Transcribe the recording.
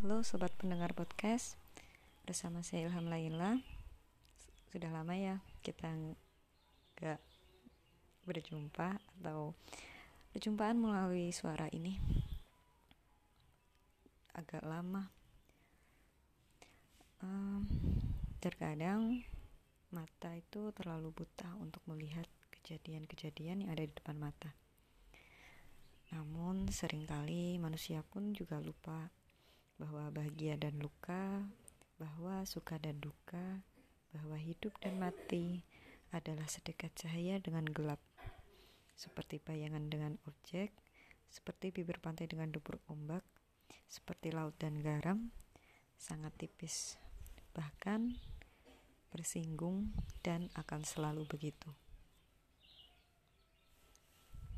Halo sobat pendengar podcast, bersama saya Ilham Laila. Sudah lama ya kita gak berjumpa atau perjumpaan melalui suara ini. Agak lama. Terkadang mata itu terlalu buta untuk melihat kejadian-kejadian yang ada di depan mata. Namun seringkali manusia pun juga lupa bahwa bahagia dan luka, bahwa suka dan duka, bahwa hidup dan mati adalah sedekat cahaya dengan gelap, seperti bayangan dengan objek, seperti bibir pantai dengan debur ombak, seperti laut dan garam, sangat tipis, bahkan bersinggung dan akan selalu begitu.